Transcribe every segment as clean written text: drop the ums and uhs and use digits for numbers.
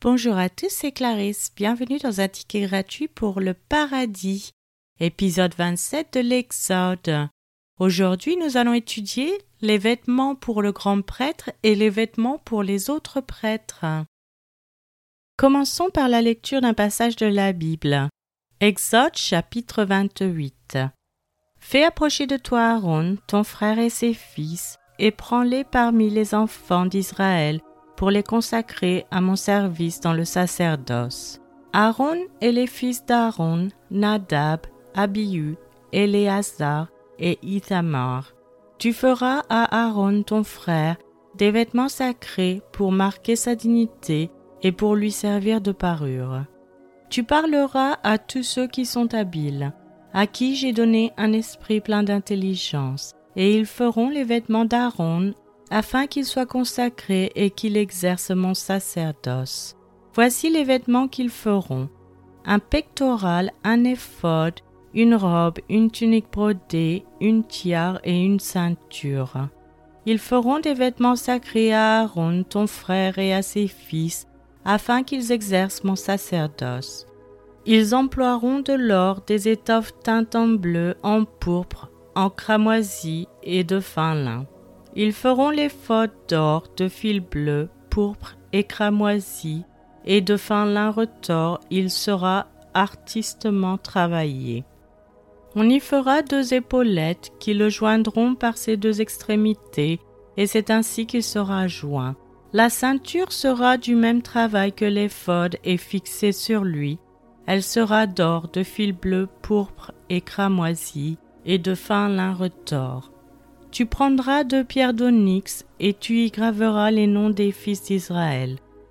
Bonjour à tous, c'est Clarisse. Bienvenue dans un ticket gratuit pour le paradis, épisode 27 de l'Exode. Aujourd'hui, nous allons étudier les vêtements pour le grand prêtre et les vêtements pour les autres prêtres. Commençons par la lecture d'un passage de la Bible. Exode chapitre 28. Fais approcher de toi Aaron, ton frère et ses fils, et prends-les parmi les enfants d'Israël, pour les consacrer à mon service dans le sacerdoce. Aaron et les fils d'Aaron, Nadab, Abihu, Éléazar et Ithamar. Tu feras à Aaron ton frère des vêtements sacrés pour marquer sa dignité et pour lui servir de parure. Tu parleras à tous ceux qui sont habiles, à qui j'ai donné un esprit plein d'intelligence, et ils feront les vêtements d'Aaron afin qu'il soit consacré et qu'il exerce mon sacerdoce. Voici les vêtements qu'ils feront: un pectoral, un éphod, une robe, une tunique brodée, une tiare et une ceinture. Ils feront des vêtements sacrés à Aaron, ton frère, et à ses fils, afin qu'ils exercent mon sacerdoce. Ils emploieront de l'or, des étoffes teintes en bleu, en pourpre, en cramoisi et de fin lin. Ils feront l'éphod d'or, de fil bleu, pourpre et cramoisi, et de fin lin retors, il sera artistement travaillé. On y fera 2 épaulettes qui le joindront par ses 2 extrémités, et c'est ainsi qu'il sera joint. La ceinture sera du même travail que l'éphod et fixée sur lui. Elle sera d'or, de fil bleu, pourpre et cramoisi, et de fin lin retors. Tu prendras 2 pierres d'onyx et tu y graveras les noms des fils d'Israël,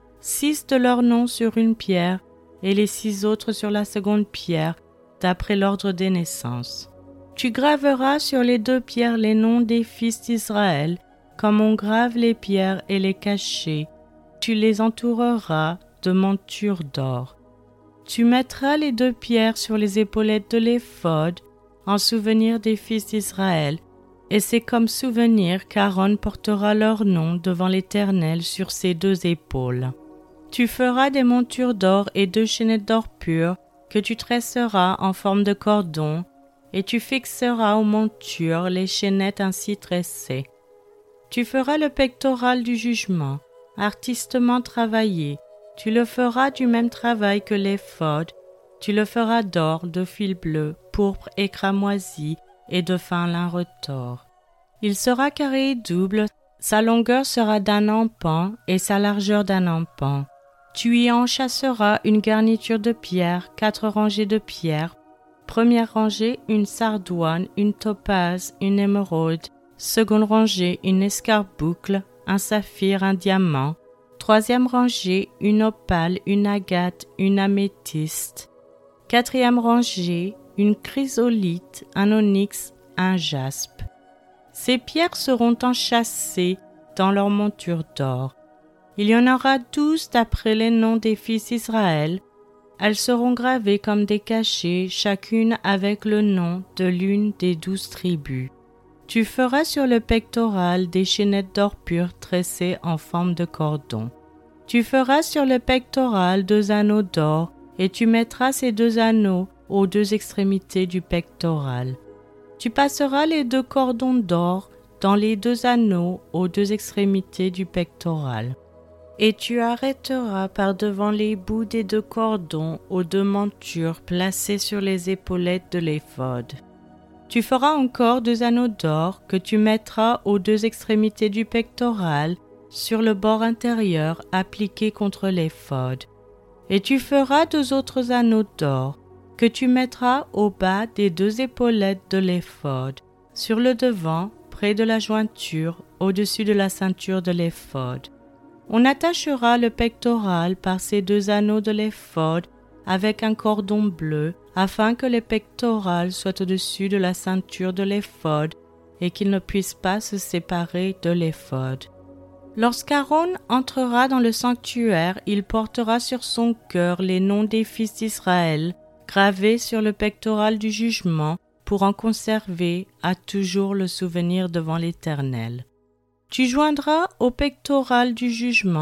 6 de leurs noms sur une pierre et les 6 autres sur la seconde pierre, d'après l'ordre des naissances. Tu graveras sur les 2 pierres les noms des fils d'Israël, comme on grave les pierres et les cachets. Tu les entoureras de montures d'or. Tu mettras les 2 pierres sur les épaulettes de l'éphod, en souvenir des fils d'Israël, et c'est comme souvenir qu'Aaron portera leur nom devant l'Éternel sur ses 2 épaules. Tu feras des montures d'or et 2 chaînettes d'or pur que tu tresseras en forme de cordon, et tu fixeras aux montures les chaînettes ainsi tressées. Tu feras le pectoral du jugement, artistement travaillé. Tu le feras du même travail que l'éphod. Tu le feras d'or, de fil bleu, pourpre et cramoisi, et de fin lin retors. Il sera carré et double, sa longueur sera d'un empan et sa largeur d'un empan. Tu y enchâsseras une garniture de pierre, 4 rangées de pierres. Première rangée, une sardoine, une topaze, une émeraude. Seconde rangée, une escarboucle, un saphir, un diamant. Troisième rangée, une opale, une agate, une améthyste. Quatrième rangée, une chrysolite, un onyx, un jaspe. Ces pierres seront enchâssées dans leur monture d'or. Il y en aura 12 d'après les noms des fils d'Israël. Elles seront gravées comme des cachets, chacune avec le nom de l'une des 12 tribus. Tu feras sur le pectoral des chaînettes d'or pur tressées en forme de cordon. Tu feras sur le pectoral 2 anneaux d'or, et tu mettras ces 2 anneaux aux 2 extrémités du pectoral. Tu passeras les 2 cordons d'or dans les 2 anneaux aux 2 extrémités du pectoral. Et tu arrêteras par devant les bouts des 2 cordons aux 2 montures placées sur les épaulettes de l'éphod. Tu feras encore 2 anneaux d'or que tu mettras aux 2 extrémités du pectoral sur le bord intérieur appliqué contre l'éphod. Et tu feras 2 autres anneaux d'or que tu mettras au bas des 2 épaulettes de l'éphod, sur le devant, près de la jointure, au-dessus de la ceinture de l'éphod. On attachera le pectoral par ces 2 anneaux de l'éphod avec un cordon bleu, afin que le pectoral soit au-dessus de la ceinture de l'éphod et qu'il ne puisse pas se séparer de l'éphod. Lorsqu'Aaron entrera dans le sanctuaire, il portera sur son cœur les noms des fils d'Israël, gravés sur le pectoral du jugement, pour en conserver à toujours le souvenir devant l'Éternel. Tu joindras au pectoral du jugement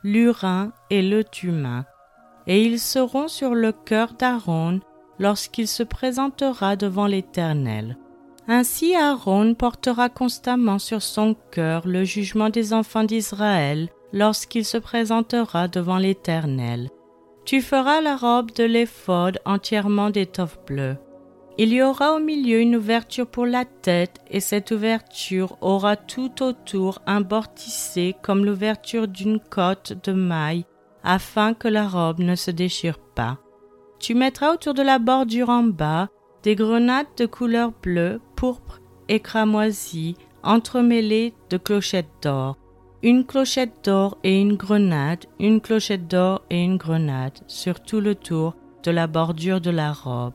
l'urin et le thummim. Et ils seront sur le cœur d'Aaron lorsqu'il se présentera devant l'Éternel. Ainsi Aaron portera constamment sur son cœur le jugement des enfants d'Israël lorsqu'il se présentera devant l'Éternel. Tu feras la robe de l'éphod entièrement d'étoffe bleue. Il y aura au milieu une ouverture pour la tête, et cette ouverture aura tout autour un bord tissé comme l'ouverture d'une cotte de maille, afin que la robe ne se déchire pas. Tu mettras autour de la bordure en bas des grenades de couleur bleue, pourpre et cramoisie, entremêlées de clochettes d'or. Une clochette d'or et une grenade, une clochette d'or et une grenade, sur tout le tour de la bordure de la robe.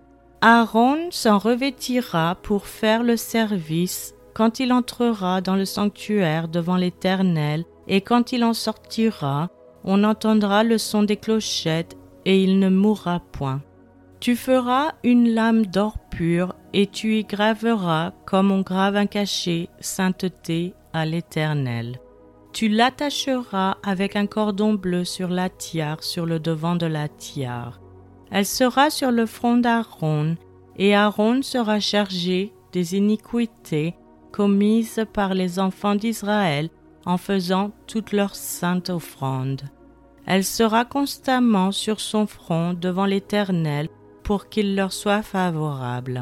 Aaron s'en revêtira pour faire le service quand il entrera dans le sanctuaire devant l'Éternel, et quand il en sortira, on entendra le son des clochettes, et il ne mourra point. Tu feras une lame d'or pur, et tu y graveras, comme on grave un cachet, sainteté à l'Éternel. Tu l'attacheras avec un cordon bleu sur la tiare, sur le devant de la tiare. Elle sera sur le front d'Aaron, et Aaron sera chargé des iniquités commises par les enfants d'Israël en faisant toutes leurs saintes offrandes. Elle sera constamment sur son front devant l'Éternel pour qu'il leur soit favorable.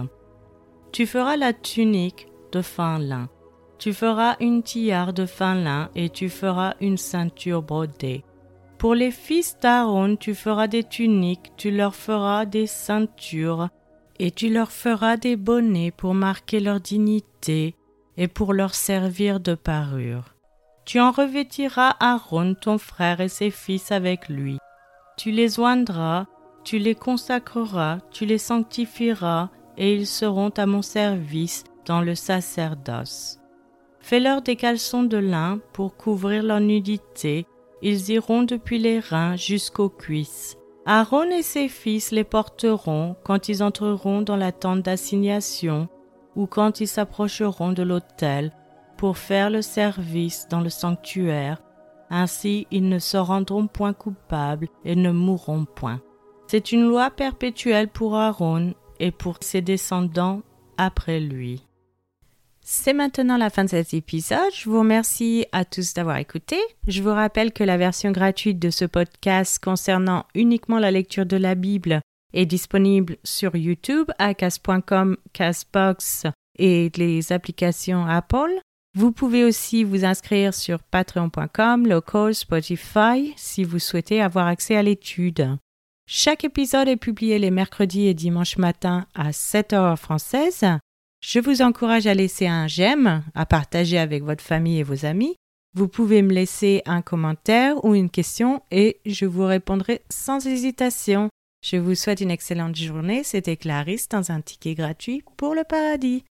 Tu feras la tunique de fin lin. Tu feras une tiare de fin lin et tu feras une ceinture brodée. Pour les fils d'Aaron, tu feras des tuniques, tu leur feras des ceintures et tu leur feras des bonnets pour marquer leur dignité et pour leur servir de parure. Tu en revêtiras Aaron, ton frère, et ses fils avec lui. Tu les oindras, tu les consacreras, tu les sanctifieras, et ils seront à mon service dans le sacerdoce. Fais-leur des caleçons de lin pour couvrir leur nudité, ils iront depuis les reins jusqu'aux cuisses. Aaron et ses fils les porteront quand ils entreront dans la tente d'assignation ou quand ils s'approcheront de l'autel, pour faire le service dans le sanctuaire, ainsi ils ne se rendront point coupables et ne mourront point. C'est une loi perpétuelle pour Aaron et pour ses descendants après lui. C'est maintenant la fin de cet épisode. Je vous remercie à tous d'avoir écouté. Je vous rappelle que la version gratuite de ce podcast concernant uniquement la lecture de la Bible est disponible sur YouTube, à cast.com, Castbox et les applications Apple. Vous pouvez aussi vous inscrire sur patreon.com, Local, Spotify si vous souhaitez avoir accès à l'étude. Chaque épisode est publié les mercredis et dimanches matins à 7h française. Je vous encourage à laisser un j'aime, à partager avec votre famille et vos amis. Vous pouvez me laisser un commentaire ou une question et je vous répondrai sans hésitation. Je vous souhaite une excellente journée. C'était Clarisse dans un ticket gratuit pour le paradis.